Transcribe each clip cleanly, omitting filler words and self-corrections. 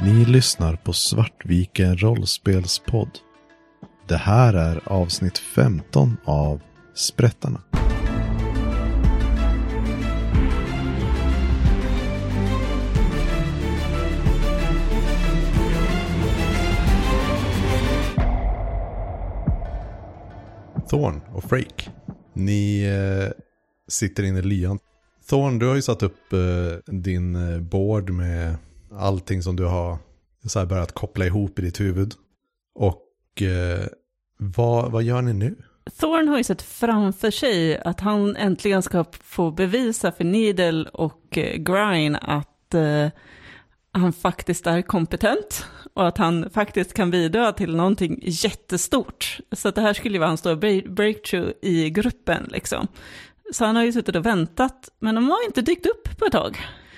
Ni lyssnar på Svartviken rollspelspodd. Det här är avsnitt 15 av Sprättarna. Thorn och Frake. Ni sitter inne i lyan. Thorn, du har ju satt upp din board med allting som du har så här börjat koppla ihop i ditt huvud. Och vad gör ni nu? Thorn har ju sett framför sig att han äntligen ska få bevisa för Needle och Grine att han faktiskt är kompetent och att han faktiskt kan bidra till någonting jättestort. Så att det här skulle ju vara hans stora breakthrough i gruppen liksom. Så han har ju suttit och väntat, men de har inte dykt upp på ett tag.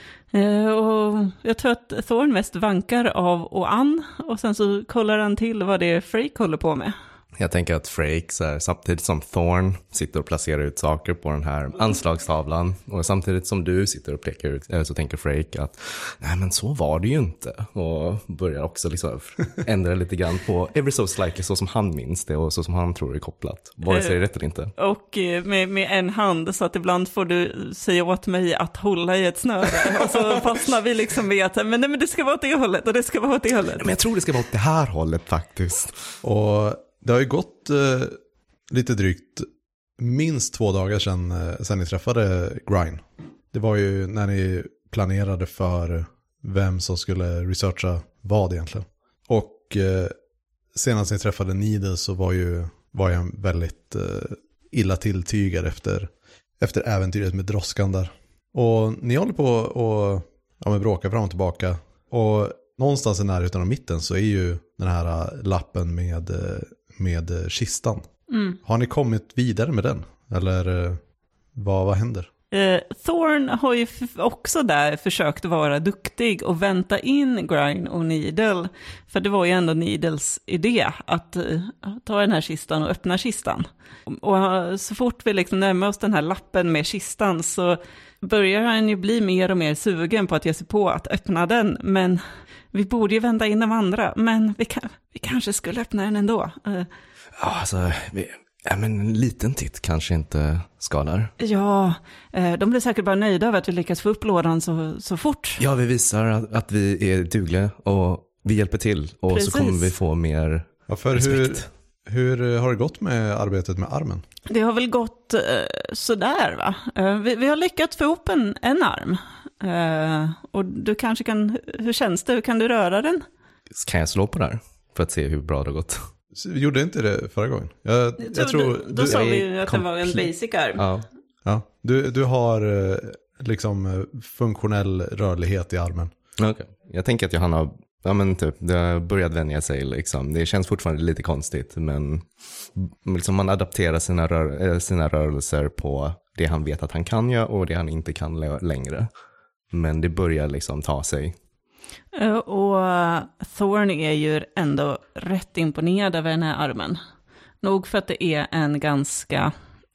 Och jag tror att Thorn mest vankar av och an, och sen så kollar han till vad det är Frake håller på med. Jag tänker att Frake, så här, samtidigt som Thorn sitter och placerar ut saker på den här anslagstavlan, och samtidigt som du sitter och pekar ut, så tänker Frake att nej, men så var det ju inte, och börjar också liksom ändra lite grann på every so slightly, så som han minns det och så som han tror är kopplat, vare sig det är rätt eller inte. Och med en hand, så att ibland får du säga åt mig att hålla i ett snöre, och så fastnar vi liksom med att men det ska vara åt det hållet och det ska vara åt det hållet. Men jag tror det ska vara åt det här hållet faktiskt. Och det har ju gått lite drygt minst 2 dagar sedan ni träffade Grine. Det var ju när ni planerade för vem som skulle researcha vad egentligen. Och senast ni träffade Needle så var jag väldigt illa tilltygad efter äventyret med droskan där. Och ni håller på och bråka fram och tillbaka. Och någonstans i närheten av mitten så är ju den här lappen med kistan. Mm. Har ni kommit vidare med den? Eller vad händer? Thorn har ju också där försökt vara duktig och vänta in Grine och Needle. För det var ju ändå Needles idé att ta den här kistan och öppna kistan. Och så fort vi liksom närmar oss den här lappen med kistan så börjar han ju bli mer och mer sugen på att ge sig på att öppna den. Men vi borde ju vända in de andra. Men vi kanske skulle öppna den ändå. Ja, alltså... men en liten titt kanske inte skadar. Ja, de blir säkert bara nöjda över att vi lyckas få upp lådan så fort. Ja, vi visar att vi är dugliga och vi hjälper till. Och precis. Så kommer vi få mer respekt. Hur har det gått med arbetet med armen? Det har väl gått sådär va? Vi har lyckats få ihop en arm. Och du kanske kan, hur känns det? Hur kan du röra den? Kan jag slå på det här för att se hur bra det har gått? Gjorde inte det förra gången? Jag tror då sa vi ju att det var en basic arm. Ja. Du har liksom funktionell rörlighet i armen. Okay. Jag tänker att Johanna det har börjat vänja sig liksom. Det känns fortfarande lite konstigt, men liksom man adapterar sina rörelser på det han vet att han kan göra och det han inte kan längre. Men det börjar liksom ta sig. Och Thorn är ju ändå rätt imponerad över den här armen. Nog för att det är en ganska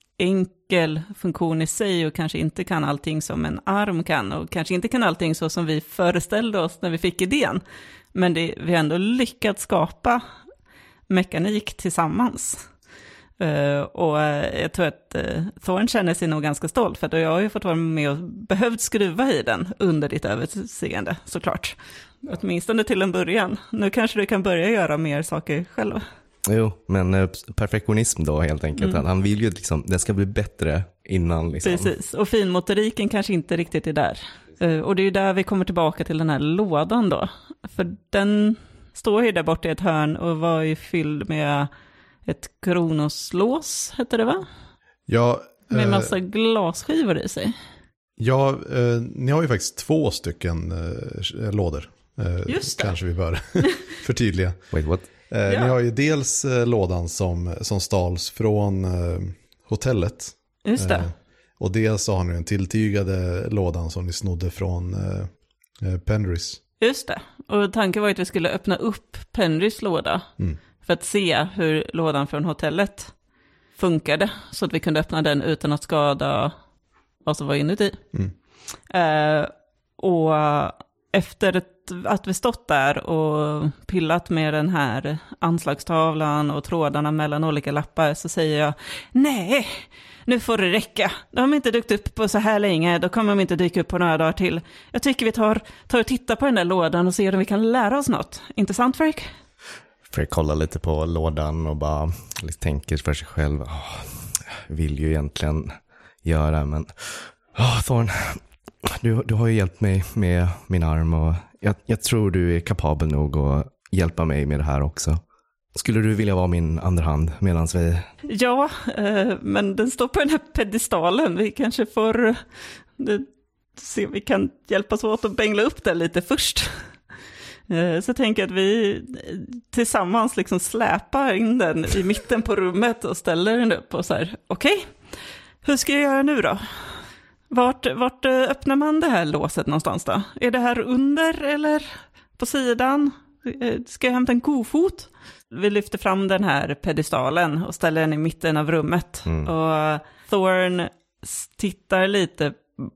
enkel funktion i sig och kanske inte kan allting som en arm kan. Och kanske inte kan allting så som vi föreställde oss när vi fick idén. Men vi har ändå lyckats skapa mekanik tillsammans. Och jag tror att Thorn känner sig nog ganska stolt, för att jag har ju fått vara med och behövt skruva i den under ditt överseende, såklart. Åtminstone till en början. Nu kanske du kan börja göra mer saker själv. Jo, men perfektionism då helt enkelt. Han vill ju liksom, det ska bli bättre innan liksom. Precis, och finmotoriken kanske inte riktigt är där. Och det är ju där vi kommer tillbaka till den här lådan då. För den står ju där borta i ett hörn och var ju fylld med ett kronoslås, heter det va? Ja. Med massa glasskivor i sig. Ja, ni har ju faktiskt 2 stycken lådor. Just det. Kanske vi bör förtydliga. Wait, what? Ni har ju dels lådan som stals från hotellet. Just det. Och dels så har ni den tilltygade lådan som ni snodde från Penrys. Just det. Och tanken var att vi skulle öppna upp Penrys låda. För att se hur lådan från hotellet funkade. Så att vi kunde öppna den utan att skada vad som var inuti. Och efter att vi stått där och pillat med den här anslagstavlan och trådarna mellan olika lappar så säger jag, nej, nu får det räcka. De har inte dykt upp på så här länge, då kommer de inte dyka upp på några dagar till. Jag tycker vi tar och tittar på den där lådan och ser om vi kan lära oss något. Inte sant, Frank? Frank kollar lite på lådan och bara tänker för sig själv, vill ju egentligen göra, men Thorn, du har ju hjälpt mig med min arm och jag tror du är kapabel nog att hjälpa mig med det här också. Skulle du vilja vara min andra hand medan vi... Ja, men den står på den här pedestalen. Vi kanske får se om vi kan hjälpas åt att bängla upp den lite först. Så tänker jag att vi tillsammans liksom släpar in den i mitten på rummet och ställer den upp och så här, okej, hur ska jag göra nu då? Vart öppnar man det här låset någonstans då? Är det här under eller på sidan? Ska jag hämta en kofot? Vi lyfter fram den här pedestalen och ställer den i mitten av rummet. Och Thorn tittar lite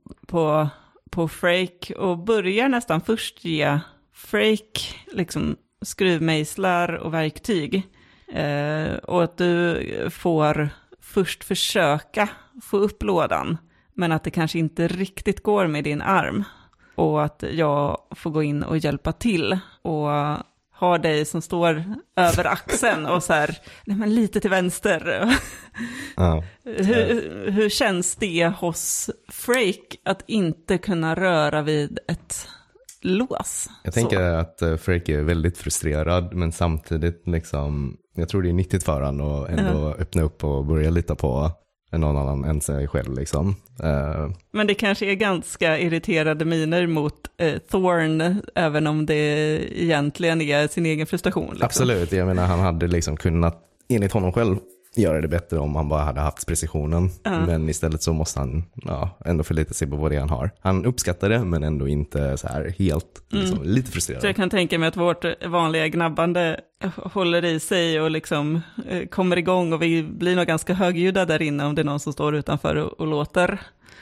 på Frake och börjar nästan först ge Frake liksom skruvmejslar och verktyg. Och att du får först försöka få upp lådan, men att det kanske inte riktigt går med din arm. Och att jag får gå in och hjälpa till och ha dig som står över axeln och så här, nej men lite till vänster. Ja. Hur känns det hos Frake att inte kunna röra vid ett lås? Jag tänker att Frake är väldigt frustrerad, men samtidigt liksom, jag tror det är nyttigt för han att ändå öppna upp och börja lita på någon annan än sig själv liksom. Men det kanske är ganska irriterade miner mot Thorn, även om det egentligen är sin egen frustration. Liksom. Absolut, jag menar han hade liksom kunnat, enligt honom själv, göra det bättre om han bara hade haft precisionen. Men istället så måste han ändå förlita sig på vad det han har. Han uppskattar det, men ändå inte så här helt, liksom, lite frustrerad. Så jag kan tänka mig att vårt vanliga gnabbande håller i sig och liksom kommer igång, och vi blir nog ganska högljudda där inne om det är någon som står utanför och låter.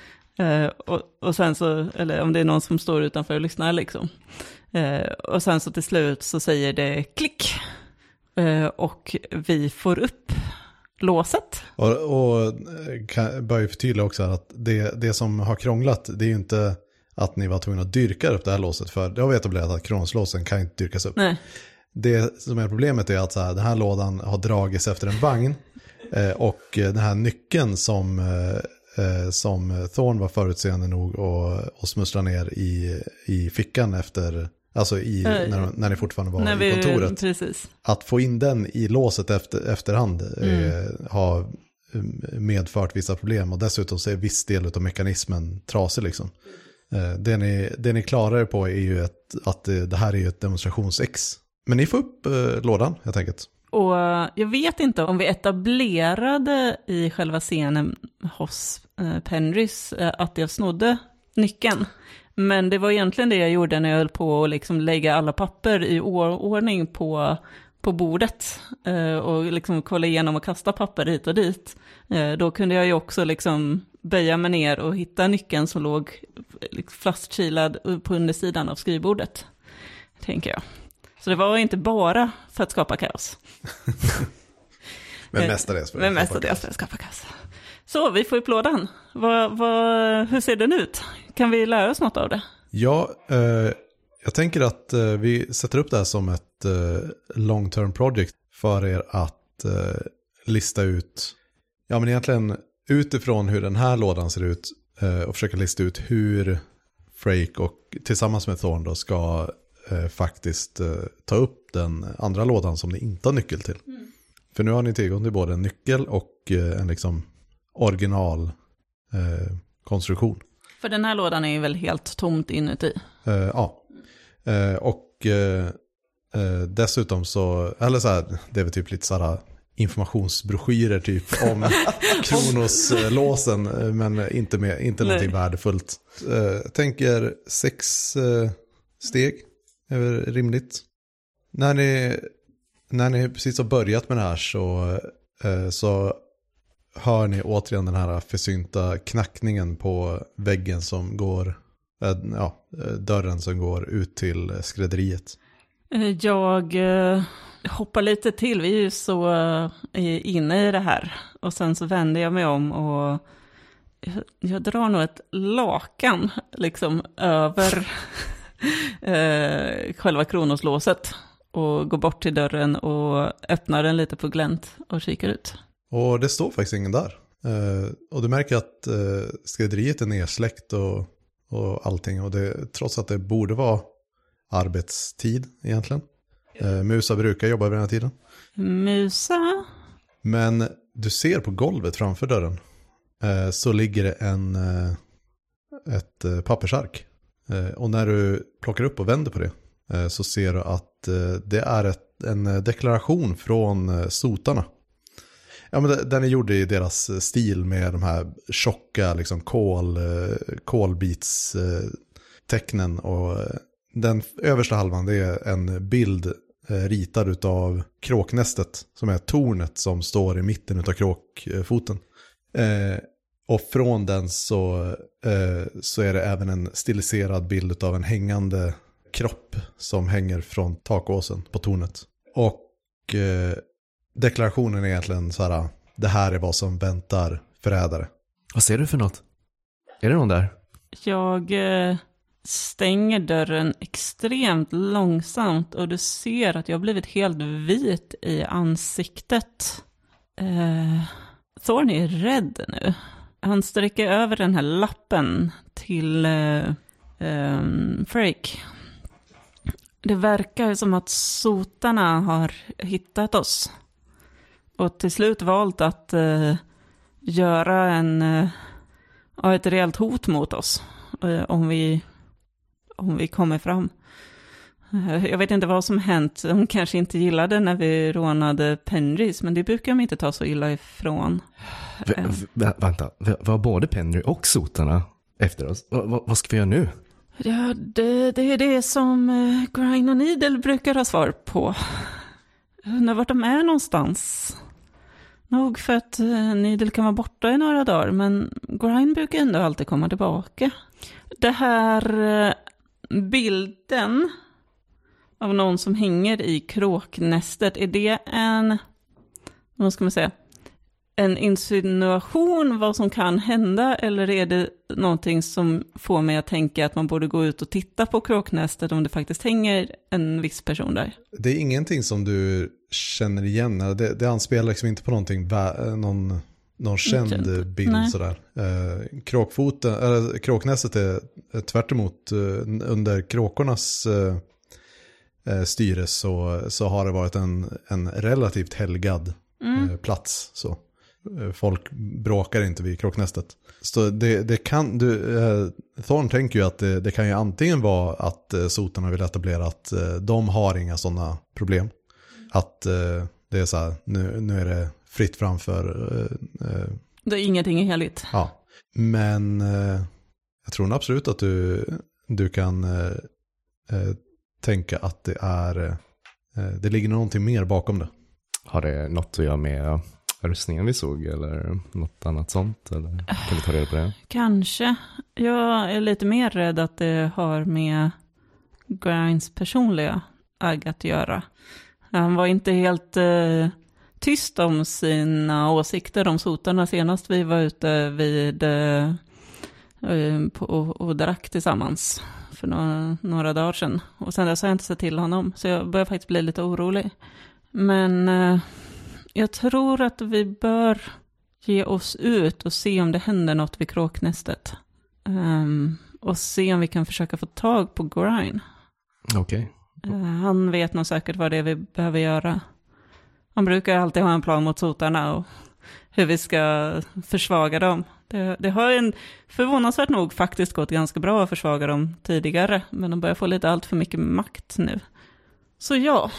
Och sen så, eller om det är någon som står utanför och lyssnar liksom. Och sen så till slut så säger det klick. Och vi får upp låset. Och bör ju förtydliga också att det som har krånglat, det är ju inte att ni var tvungna att dyrka upp det här låset, för det har vi etablerat att kronslåsen kan inte dyrkas upp. Nej. Det som är problemet är att så här, den här lådan har dragits efter en vagn och den här nyckeln som Thorn var förutseende nog och smussla ner i fickan efter, alltså när ni fortfarande var i kontoret. Precis. Att få in den i låset efterhand har medfört vissa problem, och dessutom så är viss del av mekanismen trasig liksom. Det ni klarar er på är ju att det här är ju ett demonstrations-X. Men ni får upp lådan helt enkelt. Och jag vet inte om vi etablerade i själva scenen hos Penrys att jag snodde nyckeln. Men det var egentligen det jag gjorde när jag höll på att liksom lägga alla papper i ordning på bordet. Och liksom kolla igenom och kasta papper hit och dit. Då kunde jag ju också liksom böja mig ner och hitta nyckeln som låg fastkilad på undersidan av skrivbordet, tänker jag. Så det var inte bara för att skapa kaos. Men mestadels för att skapa kaos. Så, vi får upp lådan. Hur ser den ut? Kan vi lära oss något av det? Ja, jag tänker att vi sätter upp det här som ett long-term project för er att lista ut, ja men egentligen utifrån hur den här lådan ser ut och försöka lista ut hur Frake och tillsammans med Thorn då ska faktiskt ta upp den andra lådan som ni inte har nyckel till. För nu har ni tillgång till både en nyckel och en liksom original konstruktion. För den här lådan är ju väl helt tomt inuti. Ja. Och dessutom så, eller så här, det är väl typ lite så här informationsbroschyrer typ om Kronos-låsen, men inte någonting värdefullt. Jag tänker 6 steg är rimligt. När ni precis har börjat med det här så hör ni återigen den här försynta knackningen på väggen som går dörren som går ut till skrädderiet. Jag hoppar lite till, vi är ju så inne i det här. Och sen så vänder jag mig om och jag drar nog ett lakan liksom över själva kronoslåset. Och går bort till dörren och öppnar den lite på glänt och kikar ut. Och det står faktiskt ingen där. Och du märker att skrädderiet är nedsläckt och allting. Och trots att det borde vara arbetstid egentligen. Musa brukar jobba vid den här tiden. Musa? Men du ser på golvet framför dörren. Så ligger det ett pappersark. Och när du plockar upp och vänder på det. Så ser du att det är en deklaration från sotarna. Ja, men den är gjord i deras stil med de här tjocka liksom kolbitstecknen. Och den översta halvan, det är en bild ritad utav kråknästet, som är tornet som står i mitten utav kråkfoten. Och från den så är det även en stiliserad bild utav en hängande kropp som hänger från takåsen på tornet. Och deklarationen är egentligen så här: det här är vad som väntar förrädare. Vad ser du för något? Är det någon där? Jag stänger dörren extremt långsamt och du ser att jag har blivit helt vit i ansiktet. Thorn är rädd nu. Han sträcker över den här lappen till Frake. Det verkar som att sotarna har hittat oss. Och till slut valt att göra ett rejält hot mot oss. Om vi kommer fram. Jag vet inte vad som hänt. De kanske inte gillade när vi rånade Penrys. Men det brukar de inte ta så illa ifrån. Vänta, var både Penry och sotarna efter oss? Vad ska vi göra nu? Ja, det är det som Grine och Needle brukar ha svar på. Jag undrar vart de är någonstans. Nog för att Needle kan vara borta i några dagar, men Grine brukar ändå alltid komma tillbaka. Det här bilden av någon som hänger i kråknästet, är det vad ska man säga, en insinuation vad som kan hända, eller är det någonting som får mig att tänka att man borde gå ut och titta på kråknästet om det faktiskt hänger en viss person där? Det är ingenting som du känner igen. Det anspelar liksom inte på någonting, någon känd bild. Nej. Sådär. Kråknästet är tvärt emot under kråkornas styre så har det varit en relativt helgad plats. Så. Folk bråkar inte vid kråknästet. Så det kan Thorn tänker ju att det kan ju antingen vara att sotarna vill etablera att de har inga sådana problem. Att det är så här, nu är det fritt framför. Det är ingenting heligt. Ja, men jag tror absolut att du kan tänka att det ligger någonting mer bakom det. Har det något att göra med rustningen vi såg eller något annat sånt? Eller kan vi ta reda på det? Kanske. Jag är lite mer rädd att det har med Grines personliga agg att göra. Han var inte helt tyst om sina åsikter om sotarna senast vi var ute och drack tillsammans för några dagar sedan. Och sen dess har jag inte sett till honom, så jag börjar faktiskt bli lite orolig. Men jag tror att vi bör ge oss ut och se om det händer något vid kråknästet. Och se om vi kan försöka få tag på Grine. Okej. Han vet nog säkert vad det är vi behöver göra. Han brukar alltid ha en plan mot sotarna och hur vi ska försvaga dem. Det har förvånansvärt nog faktiskt gått ganska bra att försvaga dem tidigare. Men de börjar få lite allt för mycket makt nu. Så ja,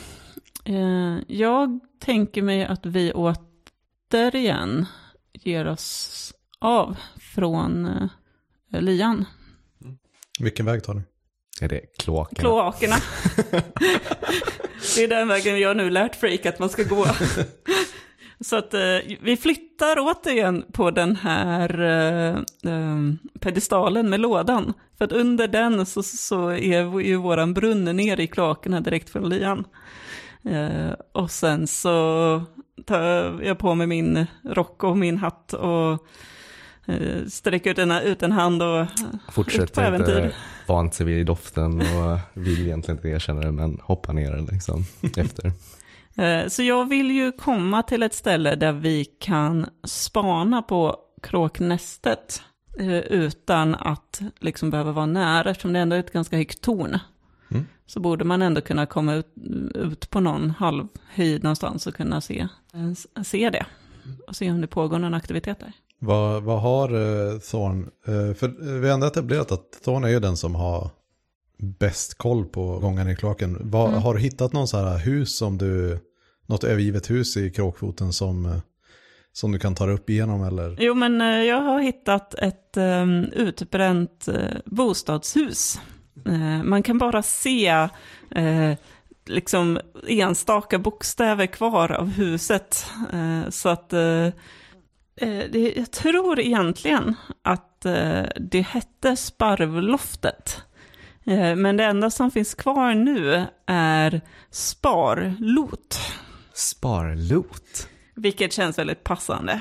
jag tänker mig att vi återigen ger oss av från lyan. Vilken väg tar ni? Är det kloakerna? Kloakerna. Det är den vägen jag nu lärt Frake att man ska gå. Så att vi flyttar återigen på den här pedestalen med lådan. För att under den så är ju våran brunn nere i kloakerna direkt från lyan. Och sen så tar jag på mig min rock och min hatt och sträcker ut en hand och ut på äventyr. Fortsätter inte vant sig vid doften och vill egentligen inte erkänna det, men hoppar ner liksom efter. Så jag vill ju komma till ett ställe där vi kan spana på kråknästet utan att liksom behöva vara nära, eftersom det ändå är ett ganska högt torn. Så borde man ändå kunna komma ut på någon halvhöjd någonstans och kunna se det. Och se om det pågår någon aktivitet där. Vad har Thorn? För vi har ändå etablerat att Thorn är ju den som har bäst koll på gången i kloaken. Har du hittat någon så här hus något övergivet hus i Kråkfoten som du kan ta upp igenom eller? Jo, men jag har hittat ett utbränt bostadshus. Man kan bara se liksom enstaka bokstäver kvar av huset. Så att jag tror egentligen att det hette Sparvloftet. Men det enda som finns kvar nu är Sparlot. Sparlot? Vilket känns väldigt passande.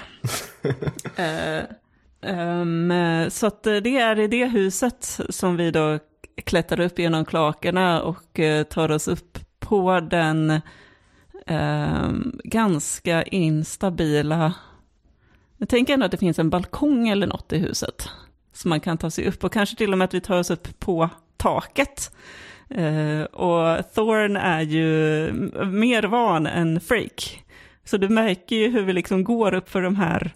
Så att det är i det huset som vi då klättrar upp genom klakerna och tar oss upp på den ganska instabila... Jag tänker ändå att det finns en balkong eller något i huset som man kan ta sig upp och kanske till och med att vi tar oss upp på taket. Och Thorn är ju mer van än Frake. Så du märker ju hur vi liksom går upp för de här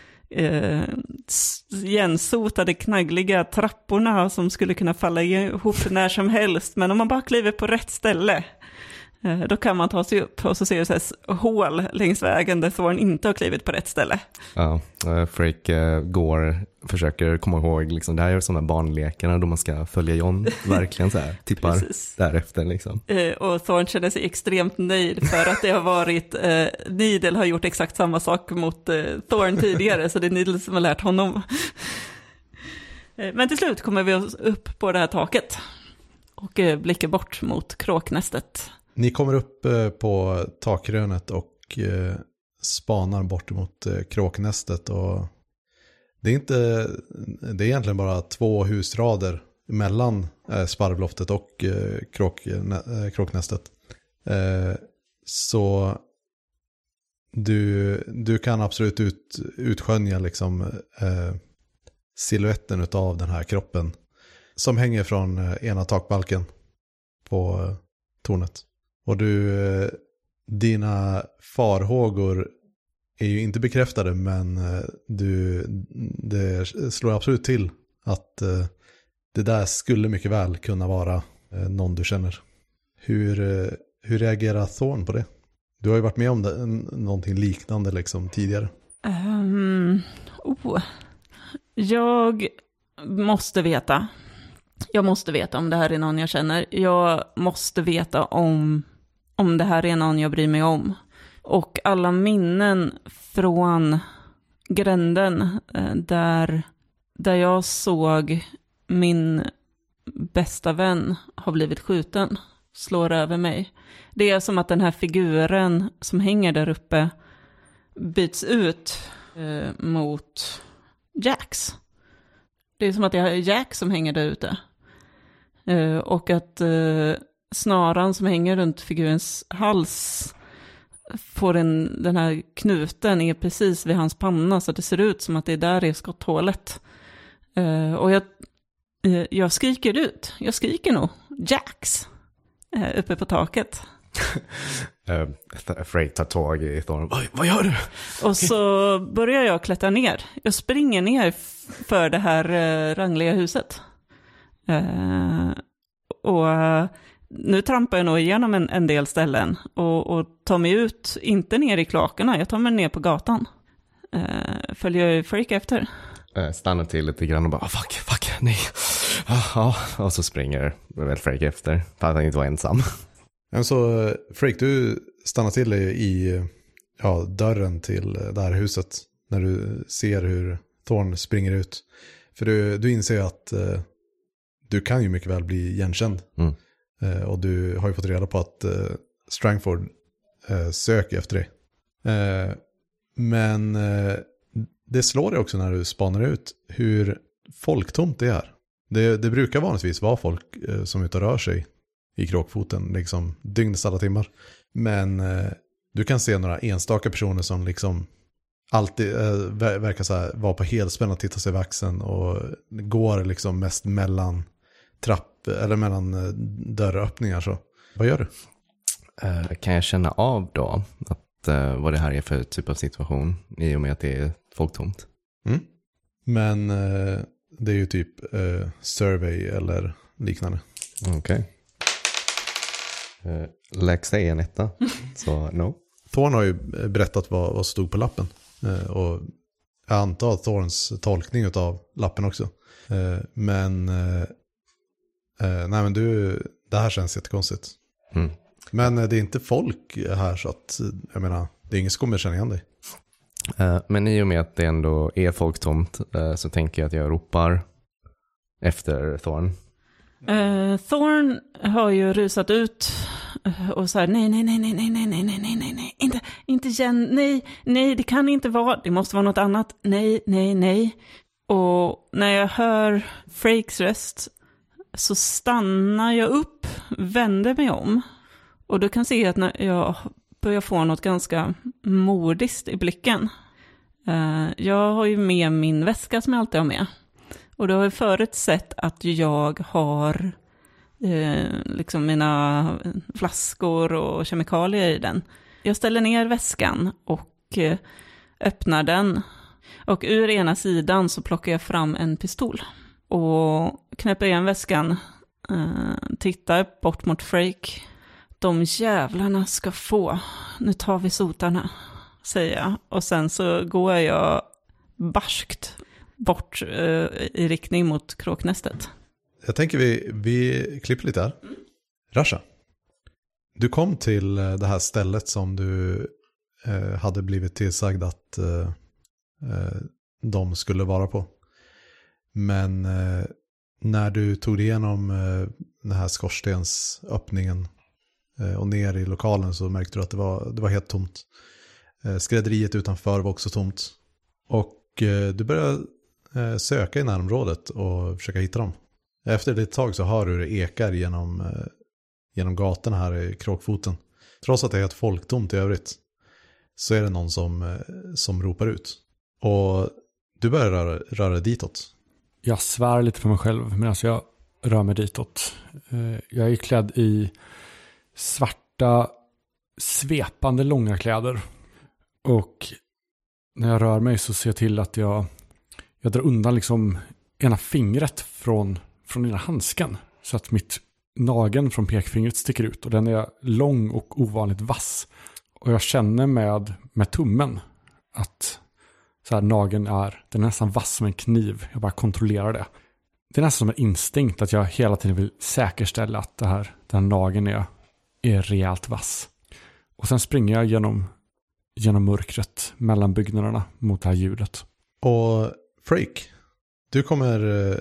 igensotade knaggliga trapporna som skulle kunna falla ihop när som helst. Men om man bara kliver på rätt ställe då kan man ta sig upp och så ser du så här hål längs vägen där Thorn inte har klivit på rätt ställe. Ja, Frake försöker komma ihåg liksom, det här är sådana barnlekarna då man ska följa John, verkligen så här, tippar därefter liksom. Och Thorn känner sig extremt nöjd för att det har varit, Needle har gjort exakt samma sak mot Thorn tidigare, så det är Needle som har lärt honom. Men till slut kommer vi upp på det här taket och blickar bort mot kråknästet. Ni kommer upp på takrönet och spanar bort mot kråknästet och det är egentligen bara 2 husrader mellan Sparvloftet och kråknästet. Så du kan absolut utskönja liksom siluetten av den här kroppen som hänger från ena takbalken på tornet. Och dina farhågor är ju inte bekräftade, men det slår absolut till att det där skulle mycket väl kunna vara någon du känner. Hur reagerar Thorn på det? Du har ju varit med om någonting liknande liksom tidigare. Jag måste veta. Jag måste veta om det här är någon jag känner. Jag måste veta om det här är någon jag bryr mig om. Och alla minnen från gränden där jag såg min bästa vän ha blivit skjuten slår över mig. Det är som att den här figuren som hänger där uppe byts ut mot Jax. Det är som att det är Jack som hänger där ute. Och att snaran som hänger runt figurens hals får den här knuten är precis vid hans panna, så att det ser ut som att det är där är skotthålet. Och jag skriker ut. Jag skriker nog Jax uppe på taket. Frake tar tag i Thorn. Vad gör du? Och så börjar jag klättra ner. Jag springer ner för det här rangliga huset. Och nu trampar jag nog igenom en del ställen. Och tar mig ut, inte ner i klakerna. Jag tar mig ner på gatan. Följer Frake efter. Stannar till lite grann och bara, fuck, nej. Ja, och så springer väl Frake efter. För att han inte var ensam. Så Frake, du stannar till i dörren till det här huset. När du ser hur Thorn springer ut. För du inser att du kan ju mycket väl bli igenkänd. Och du har ju fått reda på att Strangford söker efter dig. Men det slår dig också när du spanar ut hur folktomt det är. Det brukar vanligtvis vara folk som ute och rör sig i Kråkfoten liksom dygnets alla timmar. Men du kan se några enstaka personer som liksom alltid verkar så här, vara på helspänn och titta sig i vaxen och går liksom mest mellan eller mellan dörröppningar. Så vad gör du? Kan jag känna av då att vad det här är för typ av situation i och med att det är folktomt? Men det är ju typ survey eller liknande. Okej. Lägsta är en etta, så no. Thorn har ju berättat vad stod på lappen. Och jag antar att Thorns tolkning av lappen också. Men det här känns jättekonstigt. Men det är inte folk här, så att jag menar, det är ingen som kommer känna igen dig. Men i och med att det ändå är folktomt så tänker jag att jag ropar efter Thorn. Thorn har ju rusat ut och så här, nej, inte igen, nej, det kan inte vara, det måste vara något annat, nej. Och när jag hör Frakes röst så stannar jag upp, vänder mig om, och du kan se att när jag börjar få något ganska mordiskt i blicken. Jag har ju med min väska som jag alltid har med. Och det har ju förut sett att jag har liksom mina flaskor och kemikalier i den. Jag ställer ner väskan och öppnar den. Och ur ena sidan så plockar jag fram en pistol. Och knäpper igen väskan. Tittar bort mot Frake. De jävlarna ska få. Nu tar vi sotarna, säger jag. Och sen så går jag barskt bort i riktning mot kråknästet. Jag tänker vi klipper lite här. Rasha, du kom till det här stället som du hade blivit tillsagd att de skulle vara på. Men när du tog igenom den här skorstensöppningen och ner i lokalen så märkte du att det var helt tomt. Skrädderiet utanför var också tomt. Och du började söka i närområdet och försöka hitta dem. Efter ett tag så hör du det ekar genom gatorna här i Kråkfoten. Trots att det är helt folktomt i övrigt så är det någon som ropar ut. Och du börjar röra ditåt. Jag svär lite för mig själv medan jag rör mig ditåt. Jag är klädd i svarta svepande långa kläder. Och när jag rör mig så ser jag till att jag drar undan liksom ena fingret från ena handsken. Så att mitt nageln från pekfingret sticker ut. Och den är lång och ovanligt vass. Och jag känner med tummen att så här, nageln den är nästan vass som en kniv. Jag bara kontrollerar det. Det är nästan som en instinkt att jag hela tiden vill säkerställa att den nageln är rejält vass. Och sen springer jag genom mörkret mellan byggnaderna mot det här ljudet. Och Frake, du kommer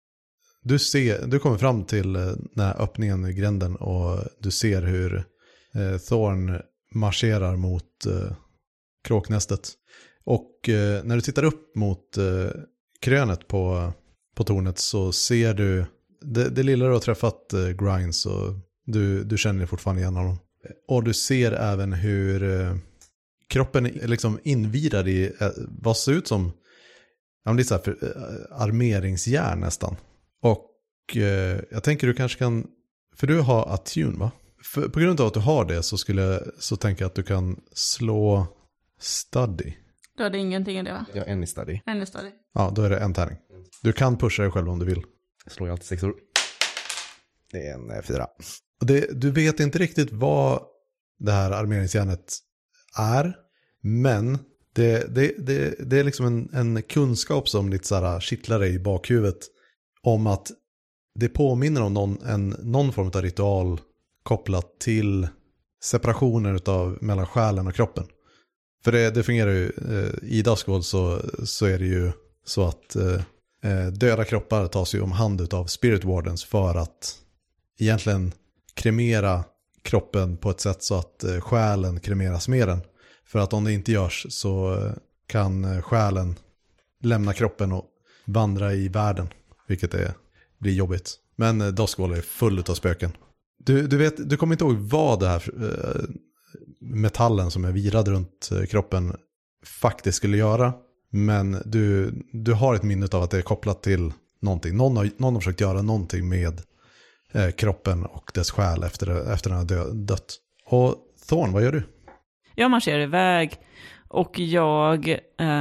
fram till den här öppningen i gränden och du ser hur Thorn marscherar mot kråknästet. Och när du tittar upp mot krönet på tornet så ser du det lilla du har träffat Grimes, och du känner fortfarande igen honom. Och du ser även hur kroppen är liksom invirad i vad ser ut som lite så här armeringsjärn nästan. Och jag tänker du kanske kan, för du har attune va? På grund av att du har det så tänker jag att du kan slå study. Du hade ingenting i det va? Ja, en i study. En i study. Ja, då är det en tärning. Du kan pusha dig själv om du vill. Jag slår ju alltid 6 år. Det är en 4. Och du vet inte riktigt vad det här armeringsjärnet är, men det är liksom en kunskap som lite så här kittlar dig i bakhuvudet om att det påminner om någon form av ritual kopplat till separationen mellan själen och kroppen. För det fungerar ju, i Duskwold så är det ju så att döda kroppar tas ju om hand av Spirit Wardens för att egentligen kremera kroppen på ett sätt så att själen kremeras med den. För att om det inte görs så kan själen lämna kroppen och vandra i världen, vilket blir jobbigt. Men Duskwold är full av spöken. Du kommer inte ihåg vad det här metallen som är virad runt kroppen faktiskt skulle göra. Men du har ett minne av att det är kopplat till någonting. Någon har försökt göra någonting med kroppen och dess själ efter den har dött. Och Thorn, vad gör du? Jag marscherar iväg och jag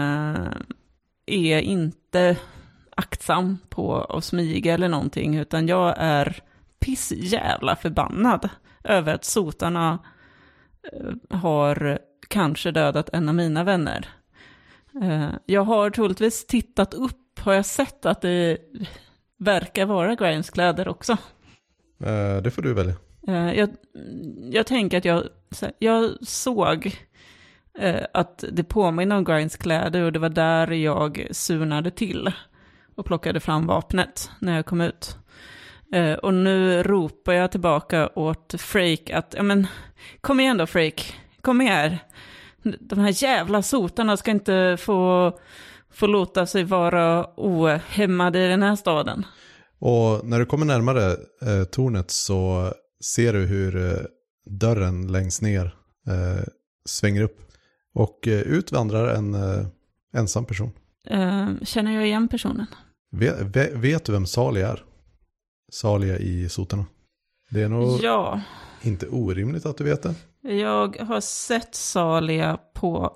är inte aktsam på att smyga eller någonting, utan jag är pissjävla förbannad över att sotarna har kanske dödat en av mina vänner. Jag har troligtvis tittat upp, har jag sett att det verkar vara Grynes kläder också. Det får du välja. Jag tänker att jag såg att det påminner om Grynes kläder, och det var där jag surnade till och plockade fram vapnet när jag kom ut. Och nu ropar jag tillbaka åt Frake att, ja men, kom igen då Frake, kom här. De här jävla sotarna ska inte få låta sig vara ohämmade i den här staden. Och när du kommer närmare tornet så ser du hur dörren längst ner svänger upp. Och utvandrar en ensam person. Känner jag igen personen? Vet du vem Salia är? Salia i sotarna. Det är nog inte orimligt att du vet det. Jag har sett Salia på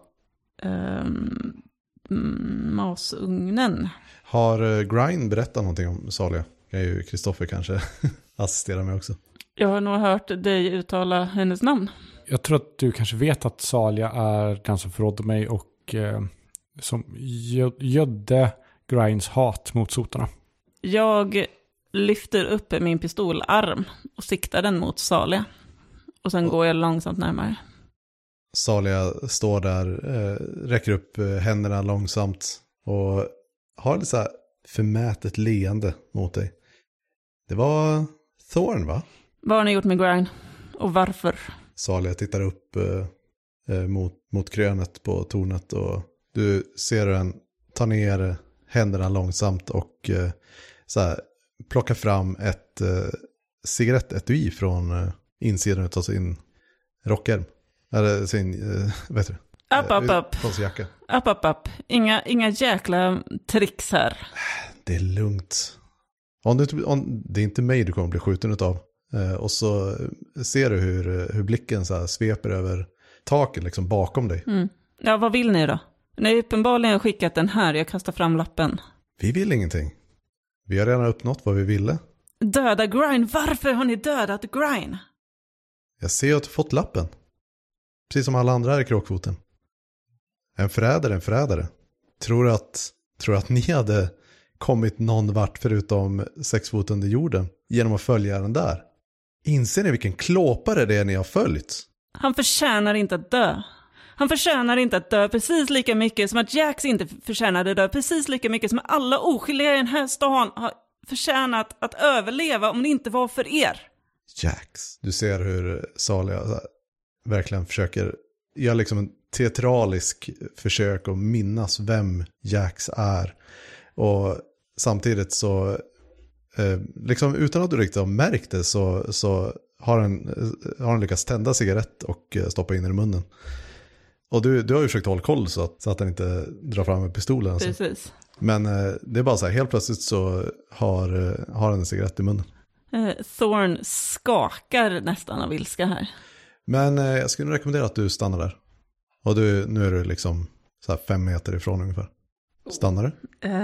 masugnen. Har Gryne berättat någonting om Salia? Kan ju Kristoffer kanske assistera mig också. Jag har nog hört dig uttala hennes namn. Jag tror att du kanske vet att Salia är den som förrådde mig och som gödde Grynes hat mot sotarna. Jag lyfter upp min pistolarm och siktar den mot Salia. Och sen går jag långsamt närmare. Salia står där, räcker upp händerna långsamt och har lite så här förmätet leende mot dig. Det var Thorn, va? Vad har ni gjort med Gryne? Och varför? Salia tittar upp mot krönet på tornet och du ser den ta ner händerna långsamt och så här, plocka fram ett cigarettetui från insidan av sin rockärm. Eller sin, vet du? Upp. Inga jäkla tricks här. Det är lugnt. Det är inte mig du kommer bli skjuten utav. Och så ser du hur blicken så här sveper över taket liksom bakom dig. Mm. Ja, vad vill ni då? Ni har uppenbarligen skickat den här. Jag kastar fram lappen. Vi vill ingenting. Vi har redan uppnått vad vi ville. Döda Gryne. Varför har ni dödat Gryne? Jag ser att du fått lappen. Precis som alla andra här i Kråkfoten. En förrädare. Tror att ni hade kommit någon vart förutom 6 fot under jorden genom att följa den där? Inser ni vilken klåpare det är ni har följt? Han förtjänar inte att dö. Han förtjänar inte att dö precis lika mycket som att Jax inte förtjänade att dö. Precis lika mycket som alla oskyldiga i den här stan har förtjänat att överleva om det inte var för er. Jax. Du ser hur Salia verkligen försöker göra liksom en teatralisk försök att minnas vem Jax är. Och samtidigt så liksom utan att du riktigt har märkt det så har han lyckats tända cigarett och stoppa in den i munnen. Och du har ju försökt hålla koll så att han inte drar fram med pistolen. Precis. Alltså. Men det är bara så här, helt plötsligt så har han en cigarett i munnen. Thorn skakar nästan av ilska här. Men jag skulle rekommendera att du stannar där. Och nu är du liksom så här 5 meter ifrån ungefär. Stannar du?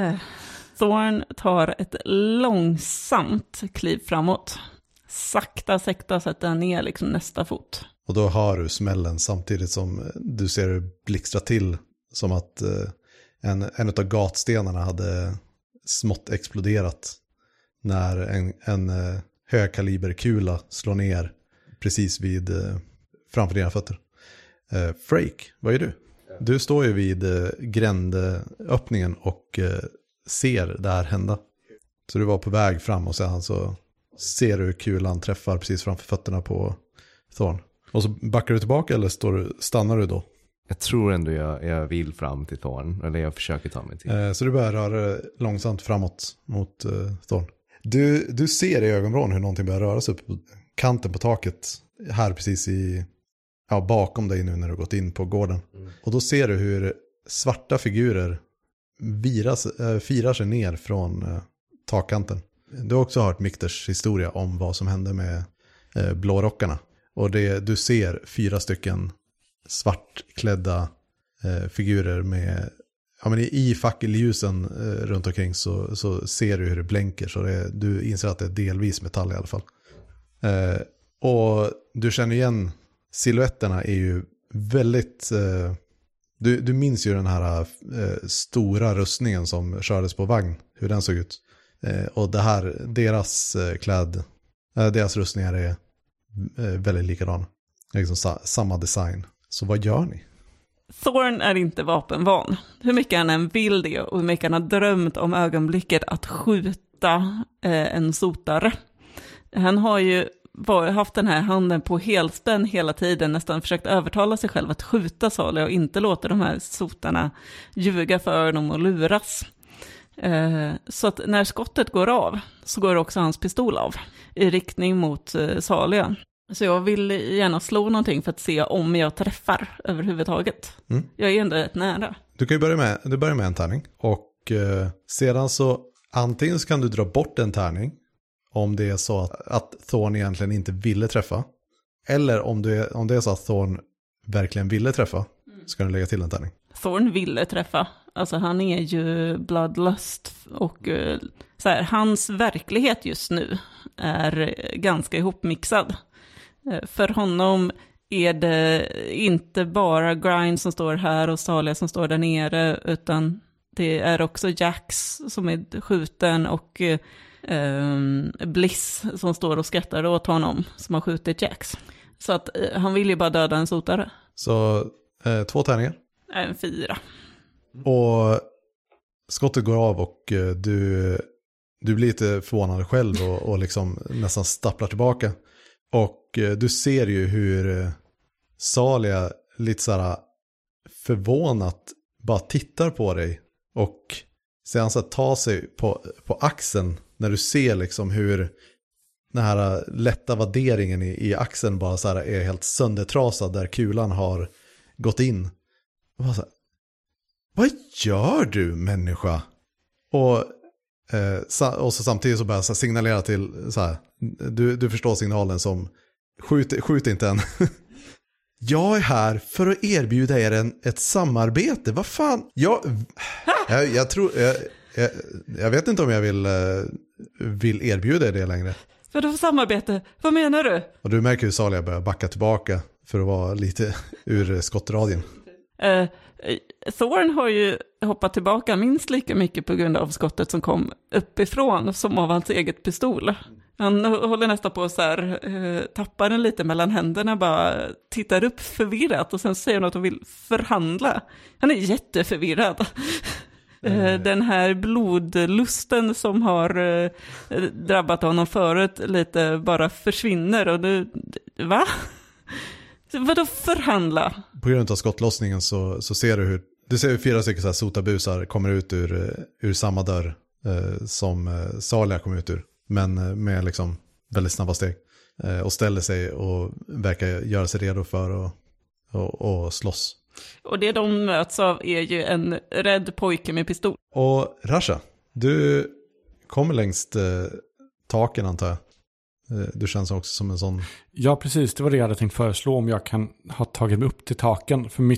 Thorn tar ett långsamt kliv framåt. Sakta sätter han ner liksom nästa fot. Och då hör du smällen samtidigt som du ser det blixtra till. Som att en av gatstenarna hade smått exploderat. När en högkaliberkula slår ner precis framför dina fötter. Frake, vad gör du? Du står ju vid grändöppningen och ser det här hända. Så du var på väg fram och sen så ser du kulan träffar precis framför fötterna på Thorn. Och så backar du tillbaka eller stannar du då? Jag tror ändå jag vill fram till Thorn. Eller jag försöker ta mig till. Så du börjar röra dig långsamt framåt mot Thorn. Du ser i ögonvrån hur någonting börjar röra sig upp på kanten på taket. Här precis bakom dig nu när du gått in på gården. Och då ser du hur svarta figurer firar sig ner från takkanten. Du har också hört Mikters historia om vad som hände med blårockarna. Och du ser 4 stycken svartklädda figurer med, i fackeljusen runt omkring så ser du hur det blänker. Så du inser att det är delvis metall i alla fall. Och du känner igen silhuetterna är ju väldigt... Du minns ju den här stora rustningen som kördes på vagn, hur den såg ut. Och det här, deras rustningar är väldigt likadana. Liksom samma design. Så vad gör ni? Thorn är inte vapenvan. Hur mycket han än vill det och hur mycket han har drömt om ögonblicket att skjuta en sotare. Han har ju haft den här handen på helspänn hela tiden, nästan försökt övertala sig själv att skjuta Salia och inte låta de här sotarna ljuga för honom och luras. Så att när skottet går av så går också hans pistol av i riktning mot Salia. Så jag vill gärna slå någonting för att se om jag träffar överhuvudtaget. Jag är ändå rätt nära. Du kan ju börja med en tärning. Och sedan så antingen så kan du dra bort en tärning om det är så att Thorn egentligen inte ville träffa. Eller om det är så att Thorn verkligen ville träffa, ska du lägga till en tärning. Thorn ville träffa. Alltså han är ju bloodlust och så här, hans verklighet just nu är ganska ihopmixad. För honom är det inte bara Grind som står här och Salia som står där nere, utan det är också Jax som är skjuten och Bliss som står och skrattar åt honom som har skjutit Jax. Så att han vill ju bara döda en sotare. Så 2 tärningar? En 4. Och skottet går av och du blir lite förvånad själv och liksom nästan stapplar tillbaka. Och du ser ju hur Salia lite så här förvånat bara tittar på dig och sedan så tar sig på axeln när du ser liksom hur den här lätta vadderingen i axeln bara så här är helt söndertrasad där kulan har gått in. Och bara så här, vad gör du, människa? Och så samtidigt så börjar jag signalera till så här, du förstår signalen som skjut inte än. Jag är här för att erbjuda er ett samarbete. Vad fan? Jag tror jag vet inte om jag vill erbjuda er det längre. För då samarbete? Vad menar du? Och du märker hur Salia börjar backa tillbaka för att vara lite ur skottradien. Thorn har ju hoppat tillbaka minst lika mycket på grund av skottet som kom uppifrån som av hans eget pistol. Han håller nästan på så här, tappar den lite mellan händerna, bara tittar upp förvirrat och sen säger något och vill förhandla. Han är jätteförvirrad. Den här blodlusten som har drabbat honom förut lite bara försvinner och nu, va? Vadå förhandla? På grund av skottlossningen så ser du hur 4 stycken så här sotabusar kommer ut ur samma dörr som Salia kom ut ur. Men med liksom väldigt snabba steg. Och ställer sig och verkar göra sig redo för att slåss. Och det de möts av är ju en rädd pojke med pistol. Och Rasha, du kommer längst taken antar jag. Du känns också som en sån... Ja, precis. Det var det jag hade tänkt föreslå, om jag kan ha tagit mig upp till taken. För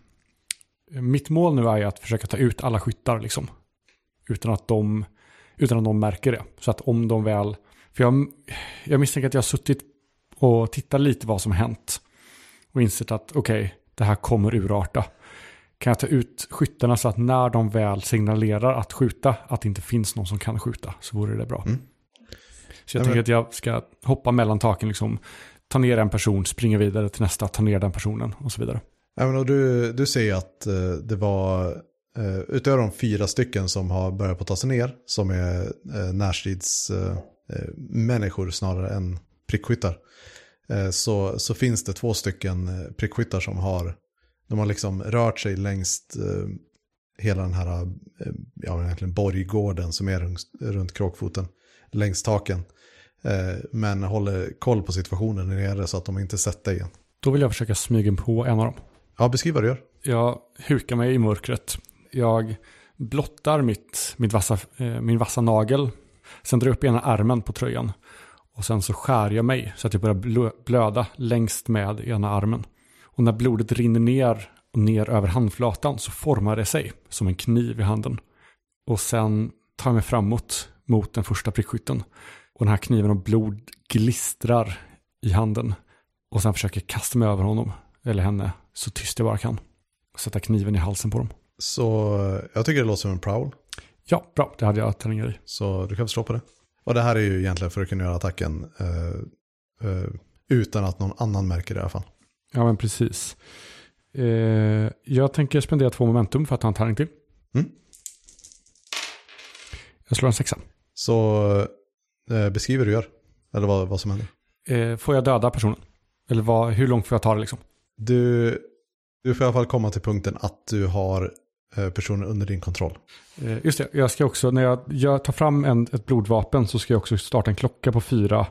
mitt mål nu är ju att försöka ta ut alla skyttar liksom. Utan att de märker det. Så att om de väl... För jag misstänker att jag har suttit och tittat lite vad som har hänt. Och insett att okej, det här kommer urarta. Kan jag ta ut skyttarna så att när de väl signalerar att skjuta, att det inte finns någon som kan skjuta, så vore det bra. Mm. Så jag tänker att jag ska hoppa mellan taken, liksom, ta ner en person, springa vidare till nästa, ta ner den personen och så vidare. Även och du ser att det var utöver de 4 stycken som har börjat på att ta sig ner, som är närstrids människor snarare än prickskyttar, så finns det 2 stycken prickskyttar som har liksom rört sig längst hela den här egentligen borggården som är runt Kråkfoten, längs taken, men håller koll på situationen nere så att de inte sätter igen. Då vill jag försöka smyga in på en av dem. Ja, beskriv vad du gör. Jag hukar mig i mörkret. Jag blottar min vassa nagel. Sen drar jag upp ena armen på tröjan. Och sen så skär jag mig så att jag börjar blöda längst med ena armen. Och när blodet rinner ner över handflatan så formar det sig som en kniv i handen. Och sen tar jag mig framåt mot den första prickskytten. Och den här kniven av blod glistrar i handen. Och sen försöker jag kasta mig över honom eller henne så tyst jag bara kan. Och sätta kniven i halsen på dem. Så jag tycker det låter som en prowl. Ja, bra. Det hade jag träningar i. Så du kan förstå på det. Och det här är ju egentligen för att kunna göra attacken utan att någon annan märker det i alla fall. Ja, men precis. Jag tänker spendera 2 momentum för att ta en tärning till. Mm. Jag slår en 6. Så beskriver du gör. Eller vad som händer. Får jag döda personen? Eller hur långt får jag ta det liksom? Du får i alla fall komma till punkten att du har personen under din kontroll. Just det, jag ska också, när jag tar fram ett blodvapen så ska jag också starta en klocka på 4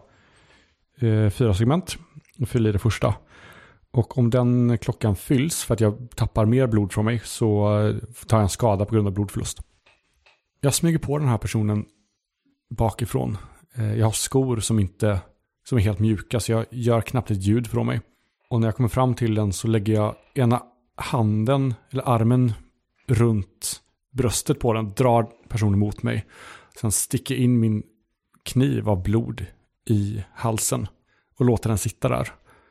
segment och fylla i det första. Och om den klockan fylls för att jag tappar mer blod från mig så tar jag en skada på grund av blodförlust. Jag smyger på den här personen bakifrån. Jag har skor som är helt mjuka så jag gör knappt ett ljud från mig. Och när jag kommer fram till den så lägger jag ena handen eller armen runt bröstet på den, drar personen mot mig. Sen sticker in min kniv av blod i halsen och låter den sitta där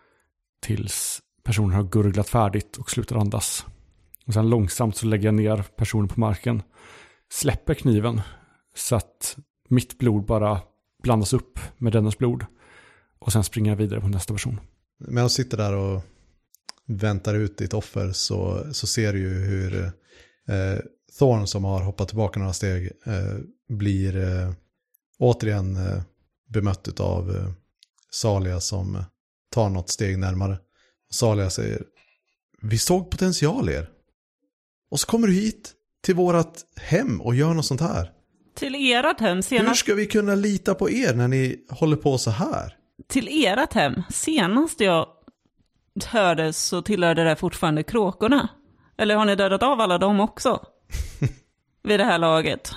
tills personen har gurglat färdigt och slutar andas. Och sen långsamt så lägger jag ner personen på marken, släpper kniven så att mitt blod bara blandas upp med dennes blod och sen springer jag vidare på nästa person. Men jag sitter där och väntar ut ditt offer så ser du ju hur Thorn som har hoppat tillbaka några steg blir återigen bemött av Salia som tar något steg närmare. Salia säger: vi såg potential i er. Och så kommer du hit till vårat hem och gör något sånt här. Till ert hem senast. Hur ska vi kunna lita på er när ni håller på så här? Till ert hem. Senast jag hörde så tillhörde det fortfarande kråkorna. Eller har ni dödat av alla dem också? Vid det här laget.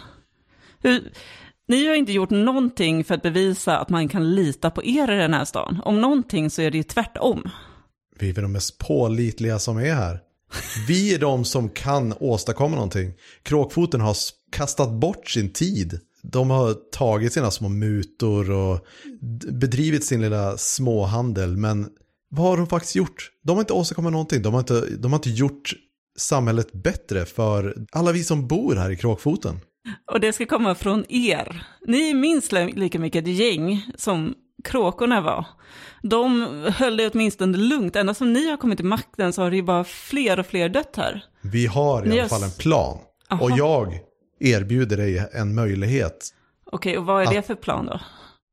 Ni har inte gjort någonting för att bevisa att man kan lita på er i den här stan. Om någonting så är det ju tvärtom. Vi är de mest pålitliga som är här. Vi är de som kan åstadkomma någonting. Kråkfoten har kastat bort sin tid. De har tagit sina små mutor och bedrivit sin lilla småhandel. Men vad har de faktiskt gjort? De har inte åstadkommit någonting. De har inte gjort samhället bättre för alla vi som bor här i Kråkfoten. Och det ska komma från er. Ni är minst lika mycket ett gäng som kråkorna var. De höll det åtminstone lugnt. Ända som ni har kommit till makten så har det ju bara fler och fler dött här. Vi har i alla fall en plan. Aha. Och jag erbjuder dig en möjlighet. Okej, och vad är det för plan då?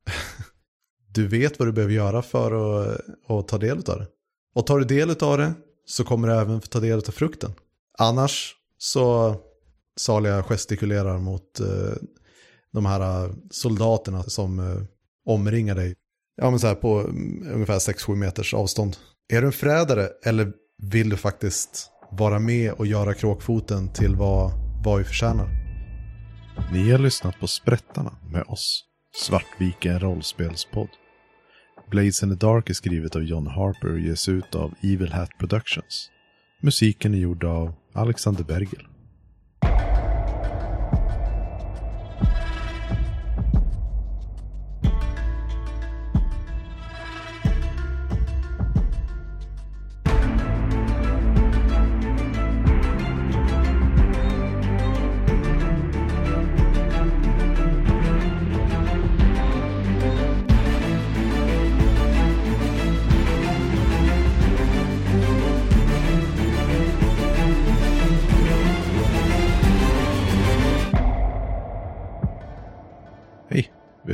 Du vet vad du behöver göra för att ta del av det. Och tar du del av det så kommer du även få ta del av frukten. Annars så Salia gestikulerar mot de här soldaterna som omringar dig. Ja, men så här på ungefär 6-7 meters avstånd. Är du en förrädare eller vill du faktiskt vara med och göra Kråkfoten till vad vi förtjänar? Ni har lyssnat på Sprättarna med oss, Svartviken rollspelspodd. Blades in the Dark är skrivet av John Harper och ges ut av Evil Hat Productions. Musiken är gjord av Alexander Bergel.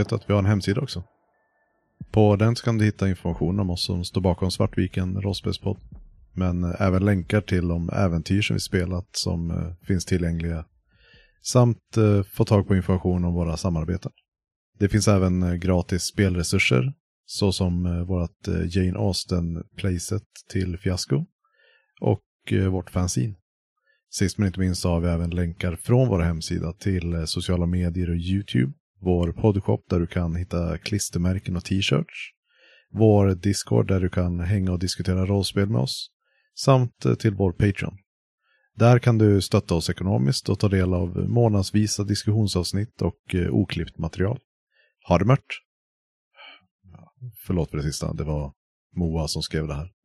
avslutat. Vi har en hemsida också. På den så kan du hitta information om oss som står bakom Svartviken rollspelspodd. Men även länkar till de äventyr som vi spelat som finns tillgängliga. Samt få tag på information om våra samarbeten. Det finns även gratis spelresurser. Såsom vårt Jane Austen playset till Fiasko. Och vårt fanzine. Sist men inte minst så har vi även länkar från vår hemsida till sociala medier och YouTube. Vår poddshop där du kan hitta klistermärken och t-shirts. Vår Discord där du kan hänga och diskutera rollspel med oss. Samt till vår Patreon. Där kan du stötta oss ekonomiskt och ta del av månadsvisa diskussionsavsnitt och oklippt material. Ha det mört! Förlåt för det sista, det var Moa som skrev det här.